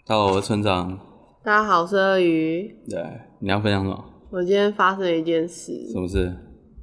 大家好，我是村长。 大家好，我是鳄鱼。 对，你要分享什么？ 我今天发生了一件事。 什么事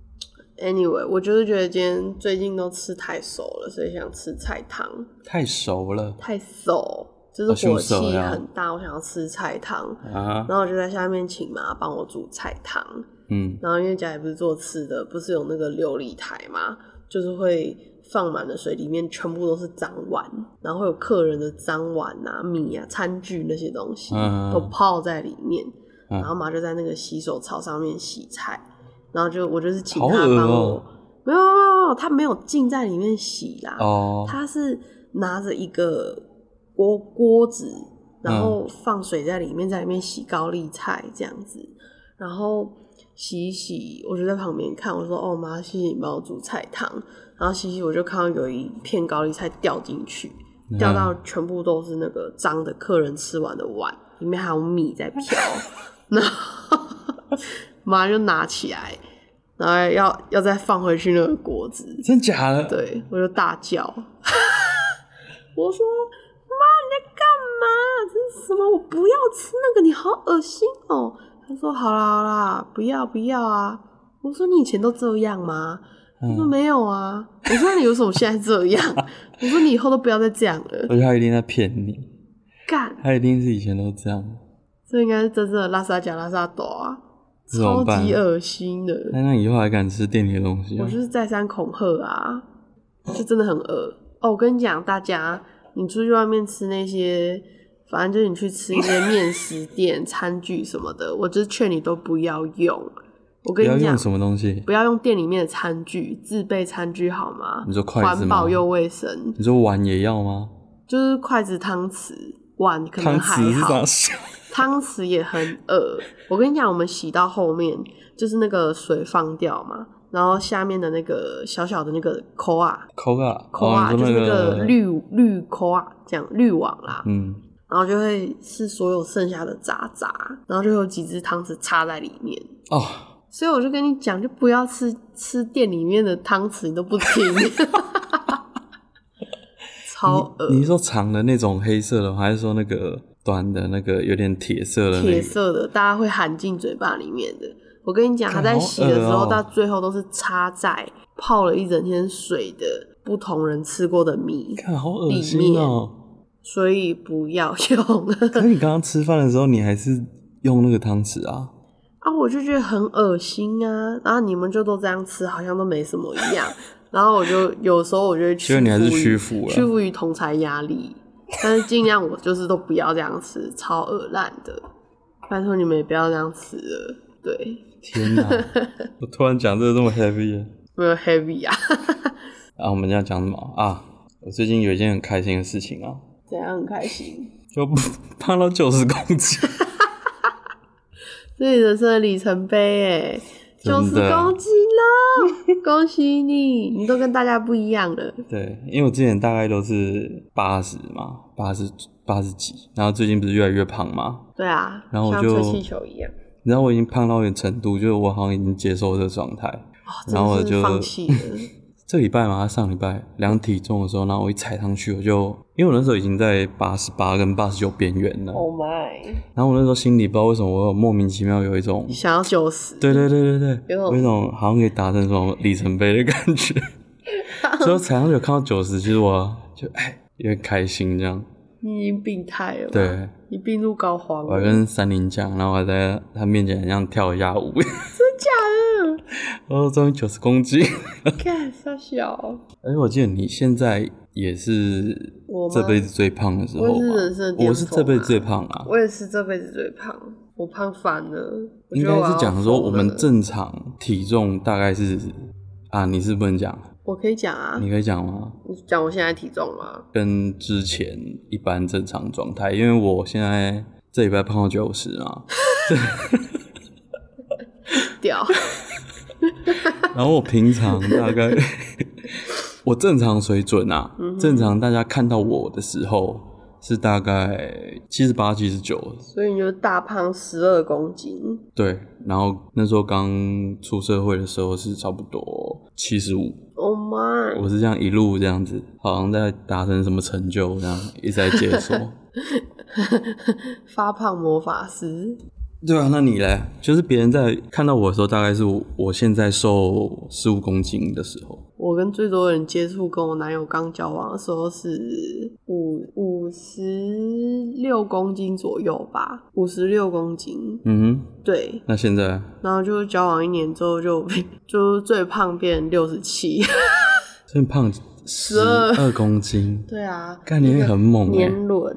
？Anyway， 我就是觉得今天最近都吃太熟了，所以想吃菜汤。 太熟了， 太熟，就是火气很大，我想要吃菜汤。然后我就在下面请妈帮我煮菜汤。然后因为家里不是做吃的，不是有那个琉璃台嘛，就是会放满了水，里面全部都是脏碗，然后会有客人的脏碗啊、米啊、餐具那些东西都泡在里面。然后妈就在那个洗手槽上面洗菜，然后我就是请她帮我，没有，她没有浸在里面洗啦，她是拿着一个锅子，然后放水在里面，在里面洗高丽菜这样子，然后洗一洗，我就在旁边看，我说哦妈，谢谢你帮我煮菜汤。然后洗洗，我就看到有一片高丽菜掉进去，掉到全部都是那个脏的客人吃完的碗，里面还有米在飘。然后妈就拿起来，然后要再放回去那个锅子。 真假的？ 对，我就大叫，我说妈你在干嘛？这是什么？我不要吃那个，你好恶心哦。他说好啦，不要啊。我说你以前都这样吗？他说没有啊。我说你为什么现在这样？我说你以后都不要再这样了。 我觉得他一定在骗你， 干， 他一定是以前都这样。 这应该是真正的拉萨加拉萨朵啊，超级恶心的。 那以后还敢吃店里的东西？ 我就是再三恐吓啊，就真的很恶哦。我跟你讲，大家你出去外面吃那些，反正就是你去吃一些面食店、餐具什么的，我就是劝你都不要用。我跟你讲， 不要用什么东西？ 不要用店里面的餐具，自备餐具好吗？ 你说筷子吗？ 环保又卫生。 你说碗也要吗？ 就是筷子、汤匙、碗可能还好。 汤匙是啥？ 汤匙也很恶。我跟你讲，我们洗到后面，就是那个水放掉嘛，然后下面的那个小小的那个扣啊，就是那个滤扣啊，这样滤网啦。然后就会是所有剩下的渣，然后就有几只汤匙插在里面。所以我就跟你讲，就不要吃店里面的汤匙，你都不听。超恶。 你说长的那种黑色的，还是说那个短的那个有点铁色的？ 铁色的，大家会含进嘴巴里面的。我跟你讲，他在洗的时候，到最后都是插在泡了一整天水的不同人吃过的米看好恶心哦。 所以不要用。 可是你刚刚吃饭的时候，你还是用那个汤匙啊？ 我就觉得很恶心啊。然后你们就都这样吃，好像都没什么一样。然后我就有时候我就会屈服于同侪压力，但是尽量我就是都不要这样吃，超恶烂的。拜托你们也不要这样吃了。对， 天哪！我突然讲这么 heavy， 没有 heavy 啊。 我们要讲什么啊？我最近有一件很开心的事情啊。 怎样很开心？ 就胖到90公斤。 这是人生的里程碑耶！90公斤了，恭喜你！你都跟大家不一样了。 对，因为我之前大概都是80嘛，80几，然后最近不是越来越胖吗？ 对啊， 然后我就像吹气球一样。 然后我已经胖到一点程度，就是我好像已经接受这个状态，然后我就放弃了。 这礼拜嘛，上礼拜量体重的时候，然后我一踩上去，因为我那时候已经在88跟89边缘了。 Oh my！ 然后我那时候心里不知道为什么，我有莫名其妙有一种想要90。 对，有一种好像可以达成什么里程碑的感觉。所以我踩上去有看到90，其实我就有点开心这样。 你已经病态了吧？ 对， 你病入膏肓了。 我还跟30讲，然后我还在他面前这样跳一下舞。 真假的？ 终于90公斤。 干傻小。 而且我记得你现在也是这辈子最胖的时候吧？ 我是人生的巅峰。 我是这辈子最胖啊。 我也是这辈子最胖，我胖翻了。 应该是讲说我们正常体重大概是你是不能讲。 我可以讲啊。 你可以讲吗？ 你讲我现在体重吗？ 跟之前一般正常状态，因为我现在这礼拜胖到90嘛。 屌。 然后我平常大概我正常水准正常大家看到我的时候是大概78、79， 所以你就大胖12公斤。 对，然后那时候刚出社会的时候是差不多75。 Oh my！ 我是这样一路这样子，好像在达成什么成就，这样一直在解说。 发胖魔法师。 对啊，那你嘞？就是别人在看到我的时候，大概是我现在瘦15公斤的时候。 我跟最多人接触，跟我男友刚交往的时候是56公斤左右吧，56公斤。对。 那现在？ 然后就交往1年之后就最胖变67。 最胖12公斤。 对啊。 干你很猛年轮。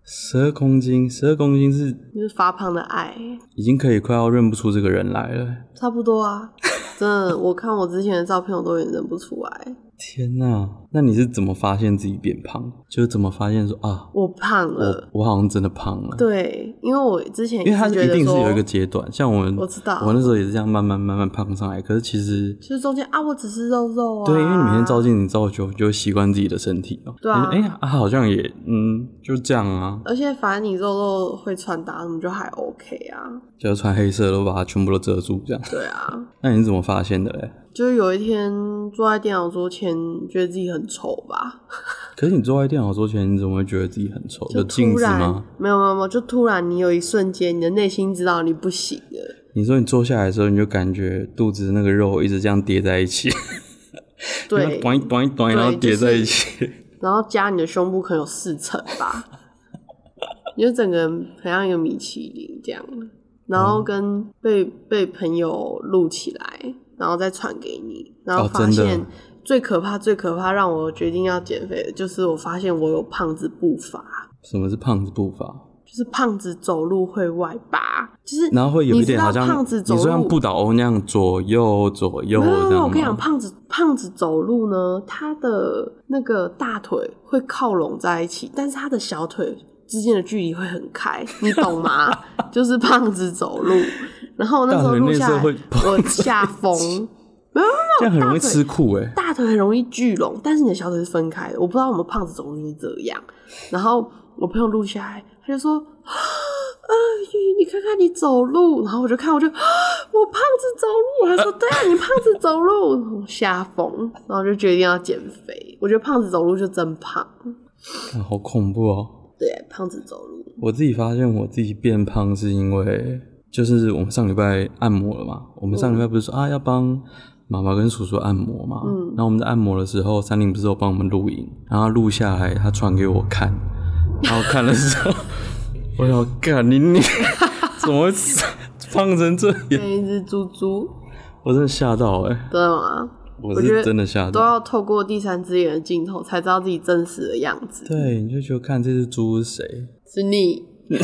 12公斤是就是发胖的爱， 已经可以快要认不出这个人来了。 差不多啊。真的，我看我之前的照片，我都有点认不出来。 天哪，那你是怎么发现自己变胖？就是怎么发现说啊， 我胖了， 我好像真的胖了。 对，因为我之前因为它一定是有一个阶段，像我知道，我那时候也是这样慢慢胖上来。可是其实中间啊，我只是肉肉啊。 对，因为你每天照镜子照久，就会习惯自己的身体嘛。 对啊， 好像也就这样啊。 而且反正你肉肉会穿搭，那就还 OK 啊。 就穿黑色都把它全部都遮住，这样。 对啊。 那你是怎么发现的嘞？ 就是有一天坐在电脑桌前，觉得自己很丑吧。 可是你坐在电脑桌前，你怎么会觉得自己很丑？有镜子吗？ 没有，就突然你有一瞬间，你的内心知道你不行了。 你说你坐下来的时候，你就感觉肚子那个肉一直这样叠在一起。 对， 短，然后叠在一起， 然后加你的胸部可能有4层吧。你就整个人很像一个米其林这样，然后跟被朋友录起来，然后再传给你，然后发现最可怕让我决定要减肥的就是我发现我有胖子步伐。 什么是胖子步伐？ 就是胖子走路会外八，就是然后会有一点好像胖子走路， 你说像不倒翁那样左右这样吗？ 我跟你讲，胖子走路呢，他的那个大腿会靠拢在一起，但是他的小腿之间的距离会很开，你懂吗？就是胖子走路，然后那时候录下来，我下风。没有， 这样很容易吃裤欸。 大腿很容易聚拢，但是你的小腿是分开的。我不知道我们胖子走路就是这样。然后我朋友录下来，他就说：“你看看你走路。”然后我就看，我胖子走路。他说：“对啊，你胖子走路。”然后下风，然后就决定要减肥。我觉得胖子走路就真胖， 好恐怖哦。 对，胖子走路。我自己发现我自己变胖是因为，就是我们上礼拜按摩了嘛。我们上礼拜不是说要帮妈妈跟叔叔按摩嘛，然后我们在按摩的时候，30不是有帮我们录影，然后录下来，他传给我看，然后看的时候，我想干你怎么会胖成这样？ 跟一只猪猪， 我真的吓到真的吗？ 我是真的吓到， 都要透过第3只眼的镜头才知道自己真实的样子。 对，你就觉得看这只猪是谁？ 是你。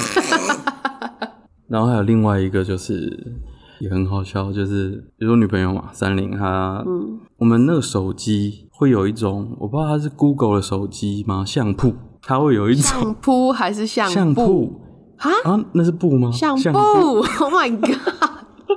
然后还有另外一个就是也很好笑，就是比如说女朋友嘛，30她我们那个手机会有一种，我不知道它是 Google 的手机吗？相簿，它会有一种相扑还是相簿啊？那是布吗？ 相簿 ，Oh my god！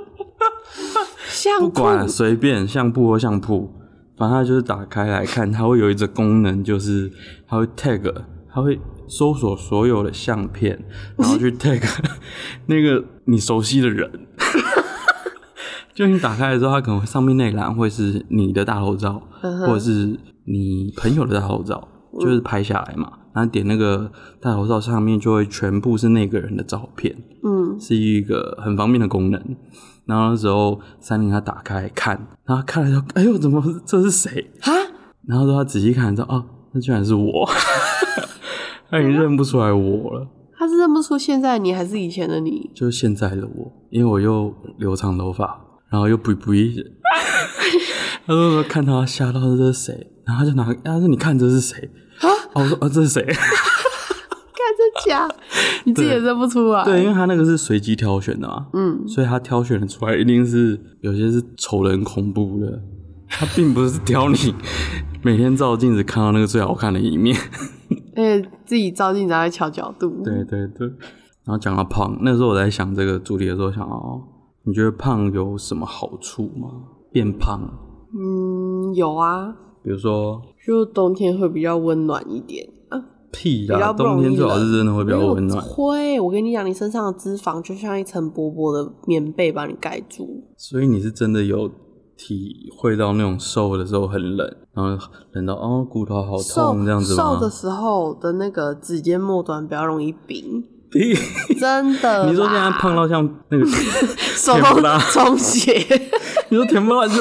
相簿不管随便相簿或相簿，反正它就是打开来看，它会有一个功能，就是它会 tag， 它会搜索所有的相片，然后去 tag 那个你熟悉的人。就你打开的时候，它可能上面那栏会是你的大头照，或者是你朋友的大头照，就是拍下来嘛。然后点那个大头照上面就会全部是那个人的照片，是一个很方便的功能。然后那时候30他打开看，然后看了说：“哎呦，怎么这是谁？”哈？然后说他仔细看之后，哦，那居然是我。他已经认不出来我了。 他是认不出现在的你还是以前的你？ 就是现在的我，因为我又留长头发，然后又不他说看到他吓到这是谁，然后他就他说你看这是谁啊？我说这是谁？ 看这假，你自己也认不出来。 对，因为他那个是随机挑选的嘛，所以他挑选的出来一定是有些是丑的很恐怖的，他并不是挑你每天照镜子看到那个最好看的一面。 自己照镜子还会调角度。 对对对。然后讲到胖，那时候我在想这个主题的时候，想你觉得胖有什么好处吗？变胖？ 有啊。 比如说， 就冬天会比较温暖一点啊。 屁啦，冬天最好是真的会比较温暖。 会，我跟你讲，你身上的脂肪就像一层薄薄的棉被把你盖住。 所以你是真的有体会到那种瘦的时候很冷，然后冷到骨头好痛这样子吗？ 瘦的时候的那个指尖末端比较容易冰。真的？ 你说现在胖到像那个手都充血？ 你说甜不辣就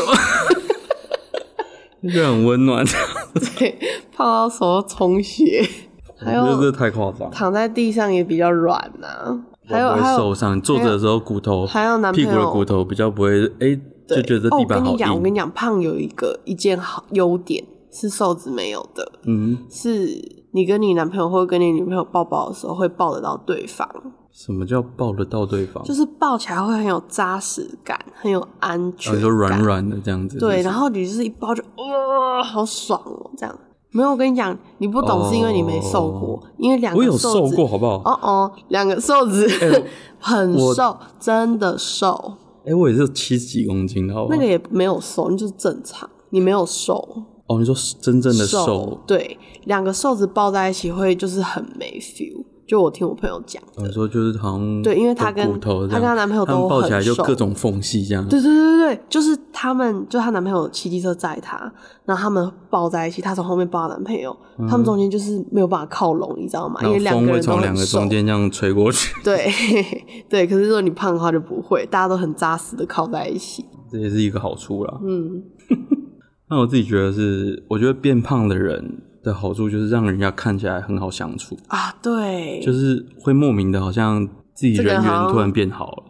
就很温暖。 对，胖到手都充血。还有， 我觉得这太夸张。 躺在地上也比较软啊。还有受伤，坐着的时候骨头， 还有男朋友屁股的骨头比较不会就觉得地板好硬。 我跟你讲，胖有一件好优点是瘦子没有的，是你跟你男朋友或跟你女朋友抱抱的时候会抱得到对方。 什么叫抱得到对方？ 就是抱起来会很有扎实感，很有安全感， 就软软的这样子。 对，然后你就是一抱就好爽哦，这样。没有，我跟你讲，你不懂是因为你没瘦过，因为两个瘦子， 我有瘦过，好不好？ 两个瘦子很瘦，真的瘦。 我也是70几公斤的，好不好？ 那个也没有瘦，你就是正常，你没有瘦。 你说真正的瘦？ 对，两个瘦子抱在一起会就是很没 feel。就我听我朋友讲的， 你说就是好像对，因为她跟她男朋友都很瘦， 抱起来就各种缝隙这样。 对，就是她男朋友骑机车载她，然后他们抱在一起，她从后面抱她男朋友，他们中间就是没有办法靠拢，你知道吗？因为两个人都很瘦，风会从两个中间这样吹过去。对，可是如果你胖的话就不会，大家都很扎实的靠在一起， 这也是一个好处啦。那我自己觉得我觉得变胖的人的好处就是让人家看起来很好相处啊，对， 就是会莫名的好像自己人缘突然变好了。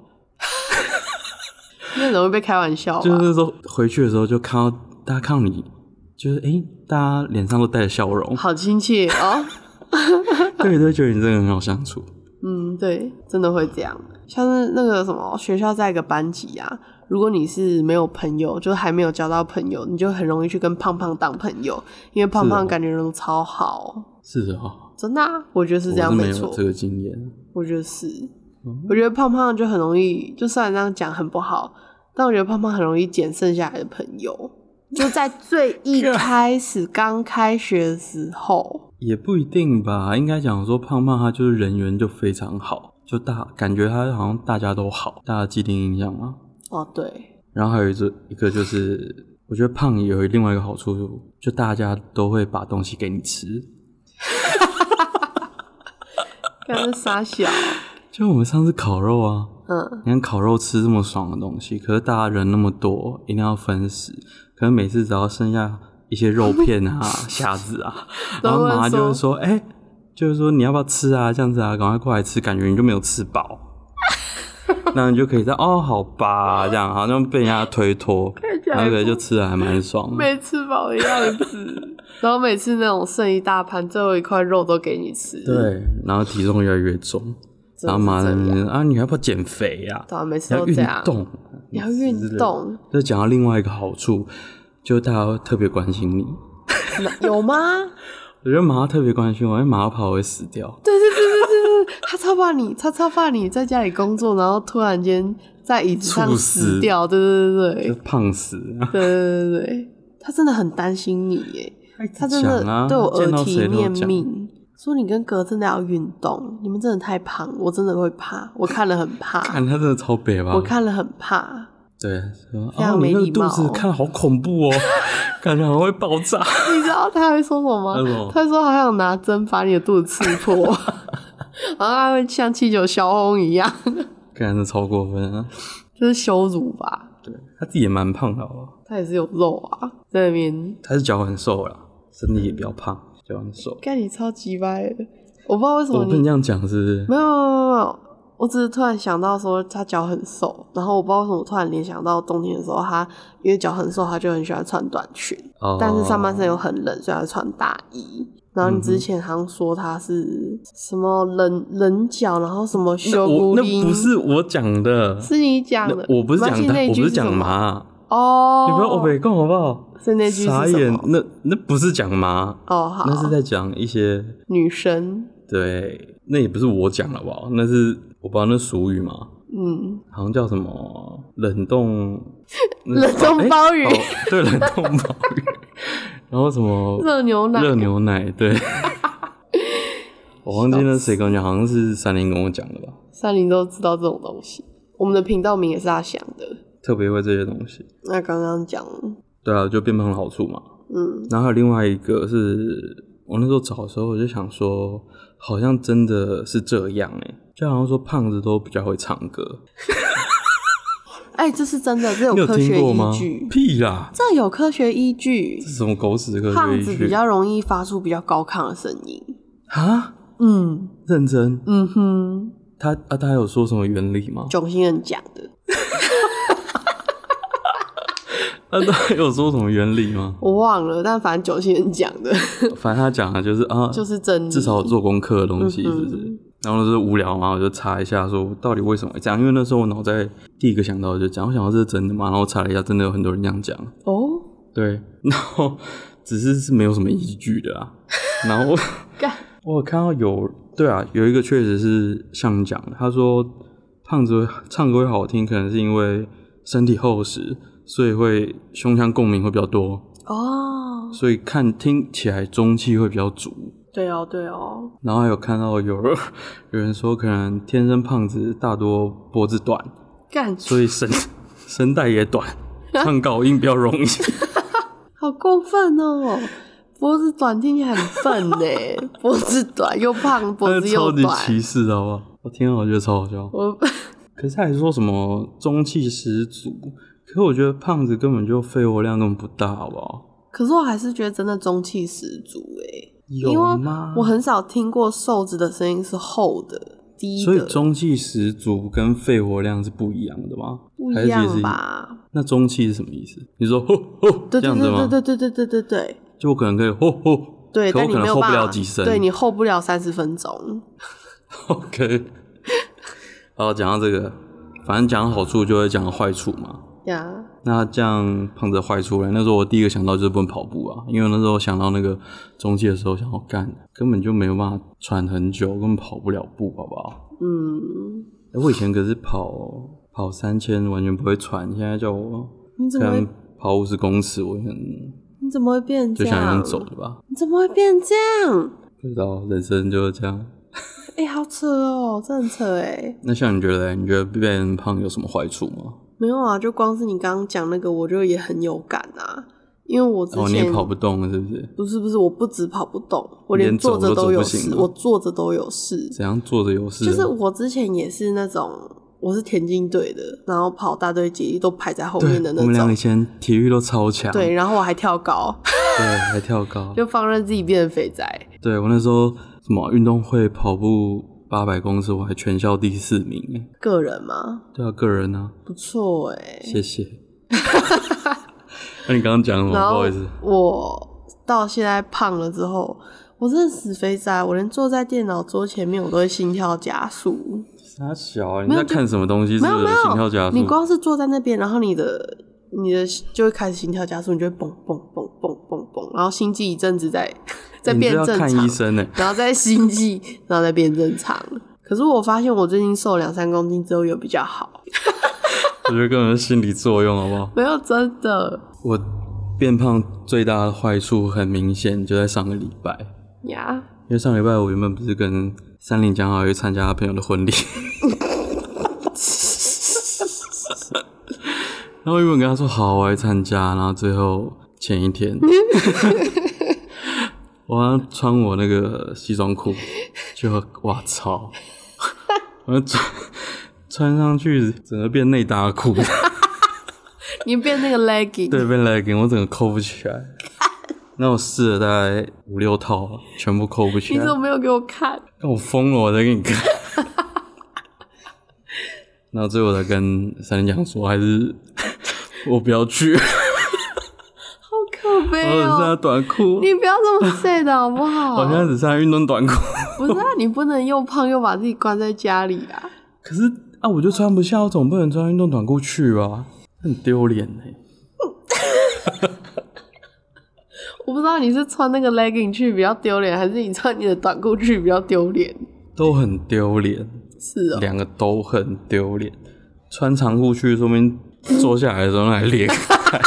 那怎么会被开玩笑？ 就是说回去的时候就看到大家看到你，就是大家脸上都带着笑容， 好亲切哦。 对，都觉得你真的很好相处。 对，真的会这样。像是那个什么学校在一个班级啊，如果你是没有朋友，就还没有交到朋友，你就很容易去跟胖胖当朋友，因为胖胖感觉人都超好。 是的真的啊，我觉得是这样，没错。 我是没有这个经验， 我觉得是。我觉得胖胖就很容易，就虽然这样讲很不好，但我觉得胖胖很容易捡剩下来的朋友，就在最一开始刚开学的时候。 也不一定吧，应该讲说胖胖他就是人缘就非常好，就感觉他好像大家都好，大家既定印象嘛。 对。 然后还有一个就是，我觉得胖有另外一个好处，就大家都会把东西给你吃。 刚刚傻小。 就我们上次烤肉啊，你看烤肉吃这么爽的东西，可是大家人那么多，一定要分食，可是每次只要剩下一些肉片啊、虾子啊，然后妈就会说，就是说你要不要吃啊？这样子啊，赶快过来吃，感觉你就没有吃饱。那你就可以在好吧，这样好像被人家推脱，然后就吃得还蛮爽的， 没吃饱的样子。然后每次那种剩一大盘，最后一块肉都给你吃。 对，然后体重越来越重，然后妈在那边你要不要减肥啊？ 对啊，每次都这样。你要运动。 就讲到另外一个好处，就大家会特别关心你。 有吗？ 我觉得马特别关心我，因为马跑会死掉。 对，他超怕你在家里工作，然后突然间在椅子上死掉。对， 就胖死。 对，他真的很担心你耶，他真的对我耳提面命，说你跟哥真的要运动，你们真的太胖，我真的会怕，我看了很怕。 看他真的超北吧？ 我看了很怕。 对， 非常没礼貌。 你那个肚子看好恐怖哦，感觉好像会爆炸。 你知道他会说什么吗？他说好想拿针把你的肚子刺破，然后他会像气球消轰一样。 感觉超过分啊！ 这是羞辱吧？ 对，他自己也蛮胖的好不好？ 他也是有肉啊，在那边。 他是脚很瘦啦，身体也比较胖，脚很瘦。 干你超级掰的，我不知道为什么我不能这样讲，是不是？ 没有。我只是突然想到说他脚很瘦，然后我不知道为什么突然联想到冬天的时候，他因为脚很瘦，他就很喜欢穿短裙，但是上半身又很冷，所以他穿大衣。然后你之前好像说他是什么冷脚，然后什么修骨龄， 那不是我讲的， 是你讲的， 我不是讲他，我不是讲麻你不要我北共好不好？ 是那句是什么？ 傻眼，那不是讲麻好， 那是在讲一些女生。 对，那也不是我讲了吧？那是我不知道那俗语嘛，好像叫什么冷冻鲍鱼， 对，冷冻鲍鱼，然后什么热牛奶，对，我忘记那谁跟我讲，好像是30跟我讲的吧。 30都知道这种东西，我们的频道名也是他想的。 特别会这些东西。 那刚刚讲， 对啊，就变胖的好处嘛。然后还有另外一个是我那时候找的时候，我就想说，好像真的是这样就好像说胖子都比较会唱歌。 这是真的，这有科学依据。 屁啦， 这有科学依据。 这是什么狗屎科学依据？ 胖子比较容易发出比较高亢的声音。 啊？认真？他有说什么原理吗？ 囧星人讲的。 他有说什么原理吗？ 我忘了，但反正囧星人讲的。 反正他讲的就是就是真理， 至少有做功课的东西，是不是？然后就是无聊嘛，我就查一下说到底为什么会这样，因为那时候我脑袋第一个想到的就讲，我想到这是真的嘛，然后我查了一下，真的有很多人这样讲。对，然后只是没有什么依据的啊。然后我有看到有一个确实是像你讲的，他说胖子唱歌会好听，可能是因为身体厚实，所以会胸腔共鸣会比较多所以听起来中气会比较足。 对哦。 然后还有看到有人说，可能天生胖子大多脖子短，所以声带也短，唱高音比较容易。 好过分哦！脖子短听起来很笨耶，脖子短又胖，脖子又短， 超级歧视好不好？我听了我觉得超好笑。可是他还说什么中气十足，可是我觉得胖子根本就肺活量根本不大，好不好？ 可是我还是觉得真的中气十足有吗？ 因为我很少听过瘦子的声音是厚的、低的。 所以中气十足跟肺活量是不一样的吗？ 不一样吧？ 那中气是什么意思？你说吼吼这样子吗？ 对。 就我可能可以吼吼， 对， 可我可能吼不了几声， 对，你吼不了30分钟。 OK。好，讲到这个，反正讲好处就会讲坏处嘛。那这样胖子的坏处那时候我第一个想到就是不能跑步啊，因为那时候想到那个中气的时候想要干，根本就没有办法喘很久，根本跑不了步，好不好？我以前可是跑3000完全不会喘，现在叫我可能跑50公尺，我你怎么会变这样？ 就想用走的吧？ 你怎么会变这样？ 不知道，人生就是这样。 好扯哦，这很扯那像你觉得你觉得变胖有什么坏处吗？ 没有啊，就光是你刚刚讲那个，我就也很有感啊。因为我之前你也跑不动了，是不是？ 不是，我不止跑不动，我连坐着都有事。我坐着都有事。 怎样坐着有事？ 就是我之前也是那种，我是田径队的，然后跑大队接力都排在后面的那种。 我们俩以前体育都超强。 对，然后我还跳高。 对，还跳高， 就放任自己变成肥宅。 对，我那时候什么运动会跑步800公尺，我还全校第4名个人吗？ 对啊，个人啊， 不错谢谢。那你刚刚讲什么？不好意思。 我到现在胖了之后，我真的死肥宅，我连坐在电脑桌前面我都会心跳加速。 傻小你在看什么东西？是不是心跳加速？ 你光是坐在那边，然后你的就会开始心跳加速，你就会蹦蹦蹦蹦蹦蹦，然后心悸一阵子再变正常， 你看医生然后再心悸，然后再变正常。可是我发现我最近瘦2-3公斤之后有比较好。 我觉得根本是心理作用，好不好？ 没有，真的。 我变胖最大的坏处很明显，就在上个礼拜呀。 因为上礼拜我原本不是跟三林讲好去参加他朋友的婚礼，然后原本跟他说好我要参加，然后最后前一天我要穿我那个西装裤，就哇操，我穿上去整个变内搭裤。 你变那个 legging？ 对，变 legging， 我整个扣不起来。那我试了大概5-6套，全部扣不起来。 你怎么没有给我看？ 我疯了，我再给你看。然后最后我才跟三林讲说，还是我不要去。 好可悲哦！ 我只剩下短裤。 你不要这么 sad 的好不好？ 我现在只剩下运动短裤。 不是啊，你不能又胖又把自己关在家里啊。 可是啊，我就穿不下，我总不能穿运动短裤去吧？很丢脸我不知道你是穿那个 legging 去比较丢脸，还是你穿你的短裤去比较丢脸？ 都很丢脸。 是哦， 两个都很丢脸。穿长裤去，说明坐下来的时候那裂开。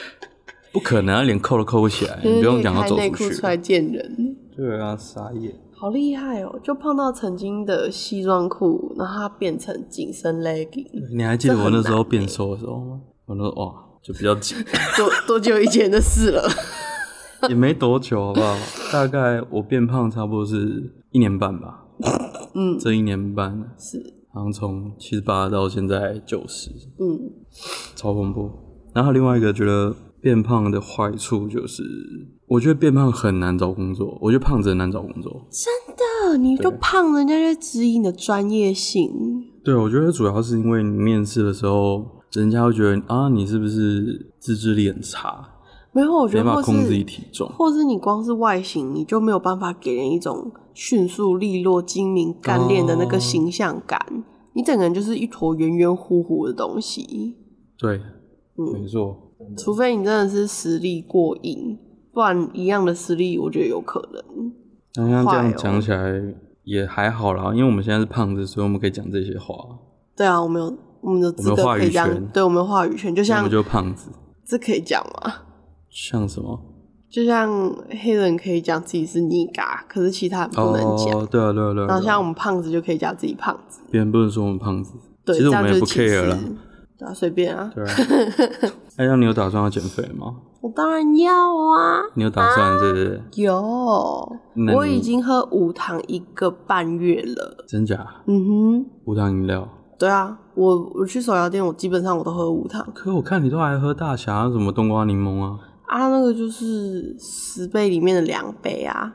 不可能，连扣都扣不起来。你不用讲到走出去。 开内裤出来见人。 对啊，傻眼。 好厉害哦！就胖到曾经的西装裤，然后它变成紧身 legging。 你还记得我那时候变瘦的时候吗？我那哇就比较紧。 多久以前的事了？ 也没多久，好不好？大概我变胖差不多是1年半吧。这1年半是， 好像从78到现在90，超恐怖。然后另外一个觉得变胖的坏处就是，我觉得变胖很难找工作。我觉得胖子很难找工作。 真的，你就胖，人家就会质疑你的专业性。 对，我觉得主要是因为你面试的时候，人家会觉得啊，你是不是自制力很差？ 没有，我觉得没办法控制自己体重， 或是你光是外形，你就没有办法给人一种迅速、利落、精明、干练的那个形象感。你整个人就是一坨圆圆乎乎的东西。 对，没错。 除非你真的是实力过硬，不然一样的实力，我觉得有可能。 那像这样讲起来也还好啦，因为我们现在是胖子，所以我们可以讲这些话。 对啊，我们的资格可以讲，对，我们有话语权，就像我们就胖子， 这可以讲吗？ 像什么？ 就像黑人可以讲自己是尼嘎，可是其他人不能讲。 对啊。 然后像我们胖子就可以讲自己胖子， 别人不能说我们胖子。 对， 其实我们也不 care 啦。 对啊，随便啊。 对啊。那你有打算要减肥吗？ 我当然要啊。 你有打算是不是？ 有，我已经喝无糖1个半月了。 真假？无糖饮料。 对啊，我去手摇店，我基本上我都喝无糖。 可我看你都还喝大侠什么冬瓜柠檬啊。 那个就是10杯里面的2杯啊。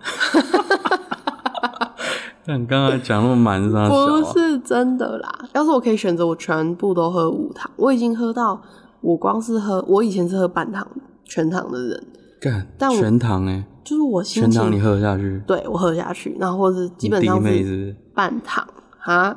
那你刚才讲那么满是啥小啊？ 不是真的啦，要是我可以选择，我全部都喝无糖。我已经喝到，我以前是喝半糖全糖的人，但全糖就是我心情全糖你喝下去， 对我喝下去，然后或是基本上是半糖哈。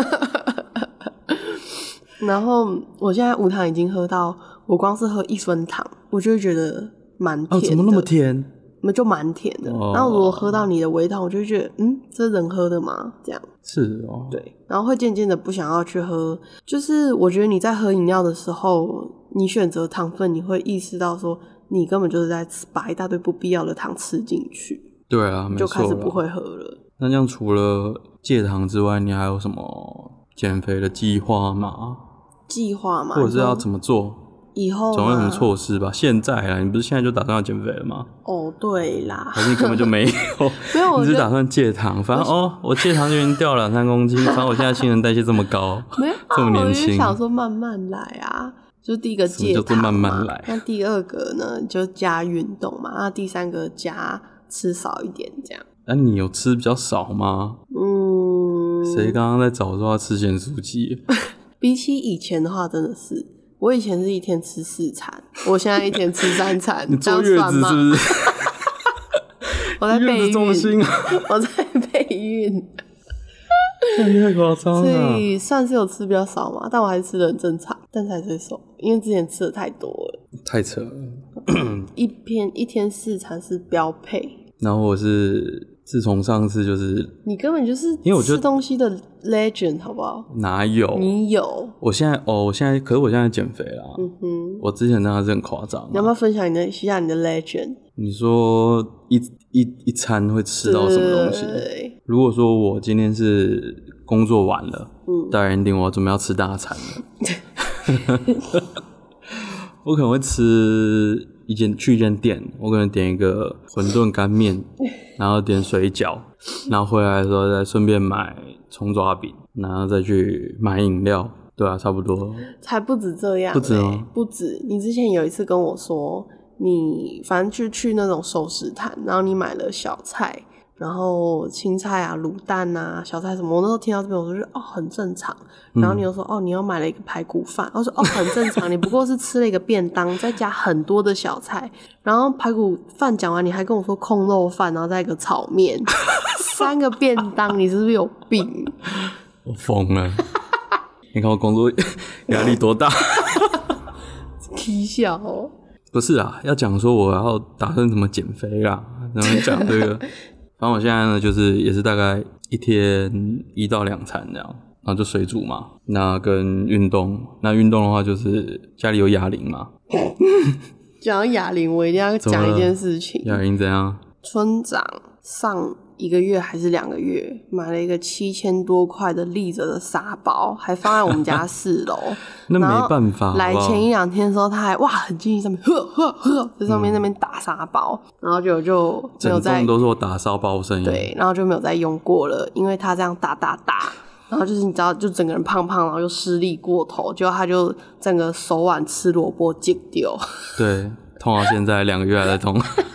然后我现在无糖已经喝到，我光是喝1分糖，我就会觉得蛮甜的。 怎么那么甜？ 就蛮甜的。然后如果喝到你的微糖，我就会觉得，这人喝的吗？这样是哦。 对，然后会渐渐的不想要去喝。就是我觉得你在喝饮料的时候，你选择糖分，你会意识到说，你根本就是在把一大堆不必要的糖吃进去。 对啊，没错， 就开始不会喝了。 那这样除了戒糖之外，你还有什么减肥的计划吗？或者是要怎么做？ 以后总有什么措施吧？现在啦，你不是现在就打算要减肥了吗？ 对啦， 还是你根本就没有？ 没有， 你只是打算戒糖。反正我戒糖就已经掉了2-3公斤，反正我现在新陈代谢这么高， 没有这么年轻， 我就想说慢慢来啊。就第一个戒糖嘛， 慢慢来。 那第2个呢，就加运动嘛。那第3个加吃少一点这样。 那你有吃比较少吗？谁刚刚在找说要吃咸酥鸡？ 比起以前的话，真的是，我以前是一天吃4餐，我现在一天吃3餐。 你坐月子是不是？ 我在备孕， 中心啊！ 我在备孕。 太夸张了。 所以算是有吃比较少嘛，但我还是吃的很正常，但是还是会瘦，因为之前吃的太多了。 太扯了。 一天4餐是标配。 然后我是自从上次就是你根本就是因为我觉得吃东西的 legend 好不好？ 哪有？ 你有？ 我现在可是我现在减肥啦。我之前真的是很夸张。 你要不要分享一下你的 legend？ 你说一餐会吃到什么东西？如果说我今天是工作完了，大人定我准备要吃大餐了，我可能会去一间店，我可能点一个馄饨干面，然后点水饺，然后回来的时候再顺便买葱抓饼，然后再去买饮料。对啊，差不多。才不止这样。不止吗？不止。你之前有一次跟我说，你反正就去那种寿司摊，然后你买了小菜，然后青菜啊、卤蛋啊、小菜什么。我那时候听到这边，我就觉得很正常。然后你又说你要买了一个排骨饭，我说很正常，你不过是吃了一个便当，再加很多的小菜。然后排骨饭讲完，你还跟我说控肉饭，然后再一个炒面，3个便当，你是不是有病？我疯了。你看我工作压力多大。笑哦。不是啊，要讲说我要打算怎么减肥啦，然后讲这个。反正我现在呢，就是也是大概一天1到2餐这样，然后就水煮嘛，那跟运动。那运动的话就是家里有哑铃嘛。讲到哑铃，我一定要讲一件事情。哑铃怎样？村长上 1个月还是2个月，买了一个7000多块的立着的沙包，还放在我们家4楼。 那没办法， 来前1、2天的时候，他还很积极，上面在上面那边打沙包，然后就没有再， 整栋都是我打沙包声音。 对，然后就没有再用过了，因为他这样打。然后就是你知道，就整个人胖胖，然后又施力过头，结果他就整个手腕吃萝卜剪掉。 对，痛到现在2个月还在痛。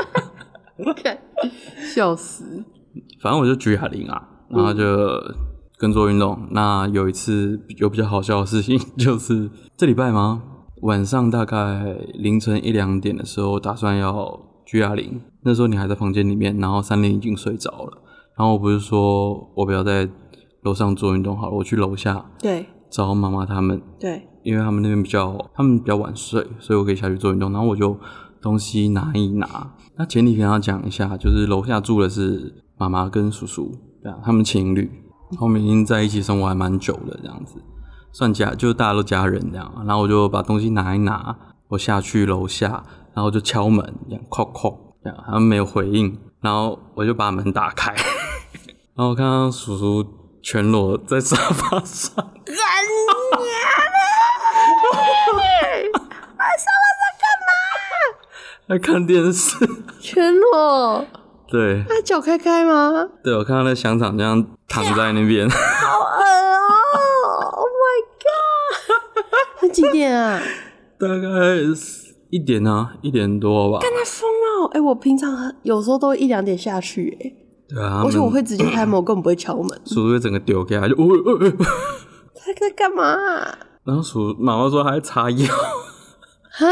笑死！ 反正我就举哑铃啊，然后就跟做运动。那有一次有比较好笑的事情，就是这礼拜吗？晚上大概凌晨1、2点的时候，打算要举哑铃。那时候你还在房间里面，然后3连已经睡着了。然后我不是说我不要在楼上做运动好了，我去楼下对找妈妈他们， 对， 因为他们那边比较晚睡，所以我可以下去做运动。然后我就东西拿一拿。那前提跟他讲一下，就是楼下住的是妈妈跟叔叔，对啊，他们情侣，他们已经在一起生活还蛮久的，这样子算就大家都家人这样。然后我就把东西拿一拿，我下去楼下，然后就敲门，这样叩叩，这样他们没有回应，然后我就把门打开，然后我看到叔叔全裸在沙发上，在沙发上干嘛？在看电视。 全裸。 对。 他脚开吗？ 对，我看到那香肠这样躺在那边。 好恶Oh my god！ 那几点啊？ 大概1点啊，1点多吧。 干他疯了！我平常有时候都1、2点下去对啊， 而且我会直接开门，我根本不会敲门。 叔叔会整个丢给他，就他在干嘛？ 然后妈妈说他在擦药， 哈，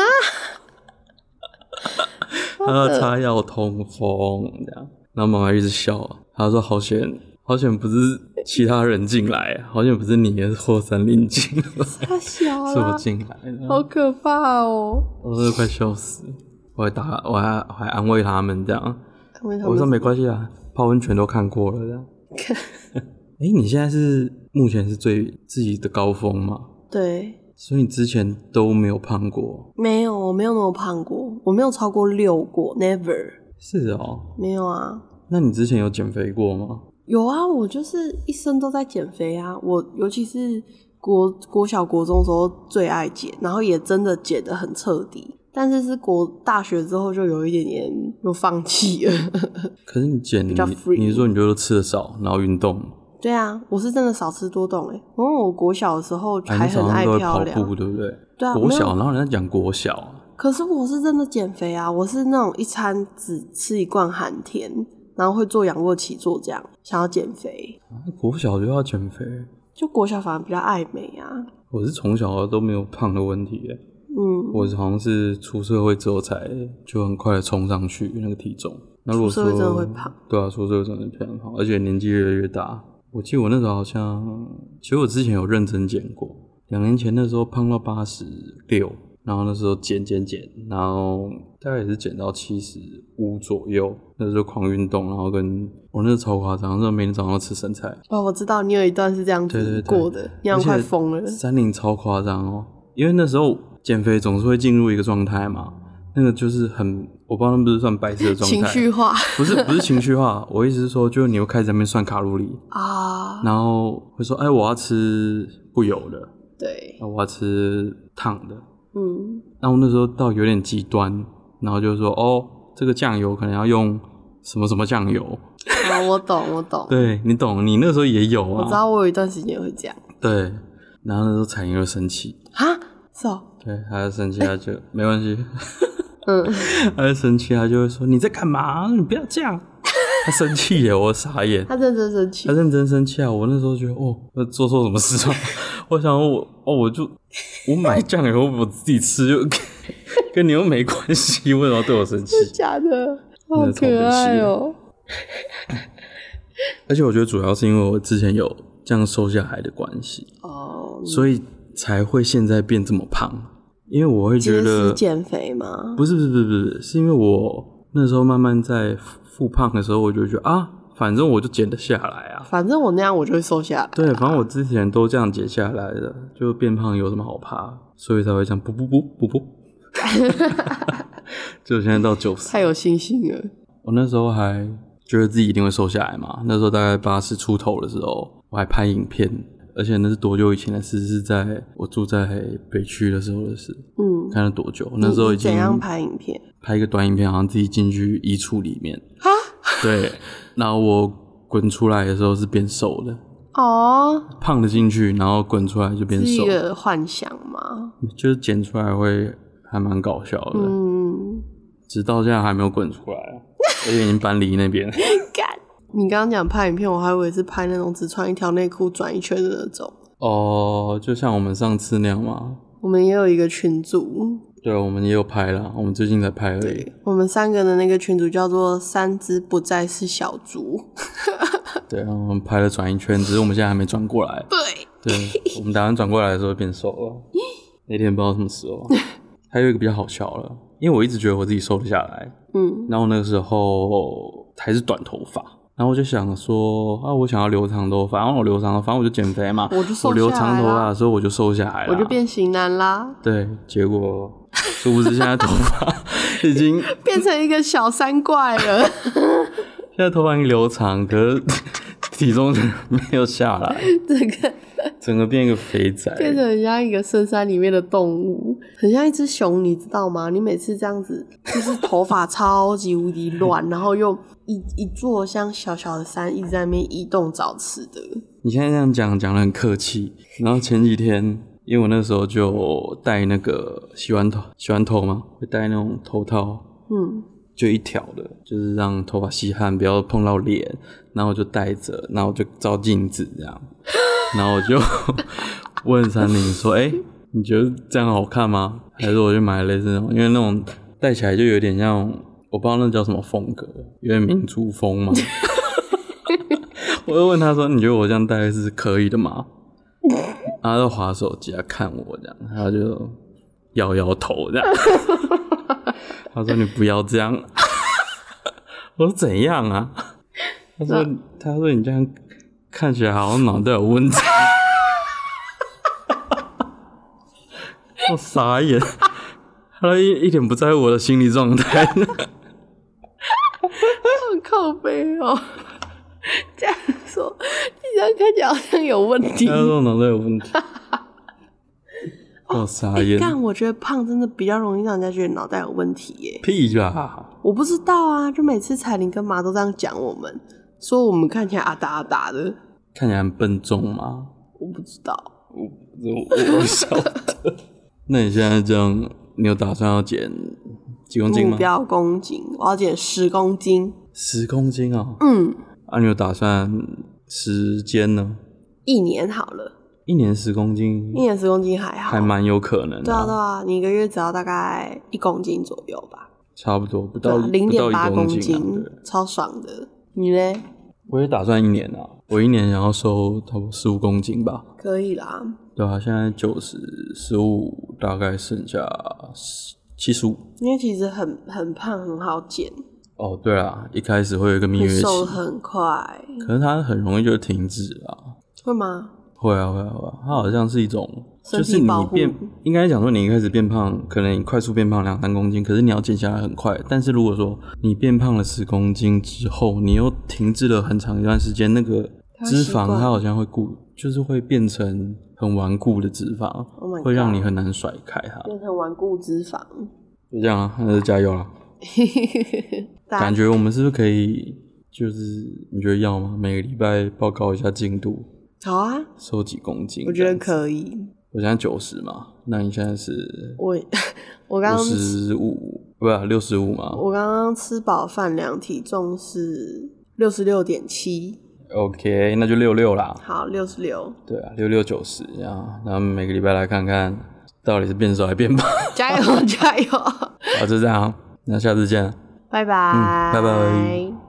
他在擦药通风这样。然后妈妈一直笑，她说好险不是其他人进来，好险不是你，是霍三林进来， 太小了， 是我进来的， 好可怕哦！ 我真的快笑死，我还安慰他们这样，我说没关系啊。泡温泉都看过了，这样。你现在目前是自己的高峰吗？ 对。 所以你之前都没有胖过？ 没有，我没有那么胖过，我没有超过6过 ，never。 是哦。 没有啊。 那你之前有减肥过吗？ 有啊，我就是一生都在减肥啊。我尤其是国小国中的时候最爱减，然后也真的减得很彻底。但是大学之后就有一点点又放弃了。 可是你减，你说你就吃得少，然后运动。 对啊，我是真的少吃多动因为我国小的时候还很爱漂亮， 跑步对不对？ 对啊， 国小，然后人家讲国小。 可是我是真的减肥啊，我是那种一餐只吃1罐含甜，然后会做仰卧起坐这样，想要减肥。 国小就要减肥？ 就国小反而比较爱美啊。 我是从小都没有胖的问题耶。我好像是出社会之后才就很快的冲上去那个体重。那如果说出社会真的会胖， 对啊，出社会真的偏胖，而且年纪越来越大。我记得我那时候好像，其实我之前有认真减过，2年前那时候胖到86，然后那时候减，然后大概也是减到75左右。那时候狂运动，然后我那时候超夸张，那时候每天早上都吃生菜。 我知道你有一段是这样子过的，你好像快疯了。 30超夸张哦，因为那时候减肥总是会进入一个状态嘛，那个就是我不知道那不是算白痴的状态， 情绪化， 不是情绪化。我意思是说，就是你会开始在那边算卡路里啊，然后会说，我要吃不油的， 对， 我要吃烫的，那我那时候到有点极端，然后就说，这个酱油可能要用什么什么酱油。 我懂。 对，你懂，你那时候也有啊。 我知道，我有一段时间也会这样。 对，然后那时候彩英就生气啊，是哦。 对，他生气，他就没关系。他就生气，他就会说你在干嘛？你不要这样。他生气耶，我傻眼。 他认真生气。 他认真生气啊！我那时候觉得我做错什么事吗？我想我买酱油我自己吃，就跟你又没关系，为什么要对我生气？ 真的假的？好可爱哦！ 而且我觉得主要是因为我之前有这样瘦下来的关系所以才会现在变这么胖。因为我会觉得减肥吗？ 不是，是因为我那时候慢慢在复胖的时候，我就觉得反正我就减得下来啊， 反正我那样我就会瘦下来对，反正我之前都这样减下来的，就变胖有什么好怕？所以才会这样不就现在到90， 太有信心了。 我那时候还觉得自己一定会瘦下来嘛。那时候大概80出头的时候，我还拍影片，而且那是多久以前的事？是在我住在北区的时候的事。看了多久？那时候已经怎样拍影片？ 拍一个短影片，好像自己进去衣橱里面。哈？对，然后我滚出来的时候是变瘦的。哦，胖的进去，然后滚出来就变瘦。是一个幻想吗？ 就是剪出来会还蛮搞笑的。直到现在还没有滚出来，而且已经搬离那边。你刚刚讲拍影片，我还以为是拍那种只穿一条内裤转一圈的那种。 哦，就像我们上次那样吗？ 我们也有一个群组。 对，我们也有拍啦，我们最近才拍而已。对， 我们3个的那个群组叫做3只不再是小猪。 对啊，我们拍了转一圈，只是我们现在还没转过来。对，我们打算转过来的时候变瘦了。那天不知道什么时候。还有一个比较好笑了，因为我一直觉得我自己瘦得下来。然后那个时候还是短头发，然后我就想说啊，我想要留长头发，然后我留长头发，反正我就减肥嘛，我留长头发的时候我就瘦下来了， 我就变型男啦。 对，结果殊不知现在头发已经变成一个小3怪了。 现在头发已经留长，可是体重没有下来，整个变一个肥仔， 变成很像一个深山里面的动物，很像一只熊，你知道吗？你每次这样子，就是头发超级无敌乱，然后又一座像小小的山一直在那边移动找吃的。 你现在这样讲得很客气，然后前几天，因为我那时候就戴那个洗完头嘛，会戴那种头套，就一条的，就是让头发吸汗，不要碰到脸，然后我就戴着，然后我就照镜子这样，然后我就问珊妮说：“你觉得这样好看吗？还是我就买类似那种，因为那种戴起来就有点像，我不知道那叫什么风格，有点民族风嘛。”我就问他说：“你觉得我这样戴是可以的吗？”他就滑手机，他看我这样，他就摇头这样。他说：“你不要这样。”我说：“怎样啊？”他说：“你这样看起来好像脑袋有问题。”我傻眼，他一点不在乎我的心理状态。 好靠北哦！这样说，你这样看起来好像有问题。 他说脑袋有问题。我傻眼。 但我觉得胖真的比较容易让人家觉得脑袋有问题耶。 屁啦！ 我不知道啊，就每次彩玲跟妈都这样讲我们，说我们看起来阿达阿达的， 看起来很笨重吗？ 我不知道， 我不晓得。那你现在这样，你有打算要减几公斤吗？ 目标公斤，我要减10公斤。 10公斤哦。你有打算时间呢 ？1年好了。 1年10公斤 ？1年10公斤还好， 还蛮有可能的。 对啊，你1个月只要大概1公斤左右吧。 差不多，不到 0.8公斤， 超爽的。你呢？ 我也打算1年啊，我1年想要瘦差不多15公斤吧。 可以啦。 对啊，现在90、15，大概剩下75。 因为其实很胖，很好减。 哦，对啊，一开始会有一个蜜月期， 瘦很快， 可是它很容易就停止啊。 会吗？ 会啊，它好像是一种，就是你应该讲说你一开始变胖，可能你快速变胖2-3公斤，可是你要减下来很快。但是如果说你变胖了10公斤之后，你又停滞了很长一段时间，那个脂肪它好像会就是会变成很顽固的脂肪，会让你很难甩开它， 变成顽固脂肪。 就这样啊，那就加油啦。感觉我们是不是可以，就是你觉得要吗？每个礼拜报告一下进度。 好啊， 瘦几公斤？ 我觉得可以。 我现在90嘛，那你现在是？ 我刚刚 55，不是65嘛？ 我刚刚吃饱饭量，体重是66.7。 OK， 那就66啦。 好，66。 对啊，66、90这样，然后每个礼拜来看看到底是变瘦还变胖。 加油，加油！ 好，就这样，那下次见。 拜拜。 拜拜。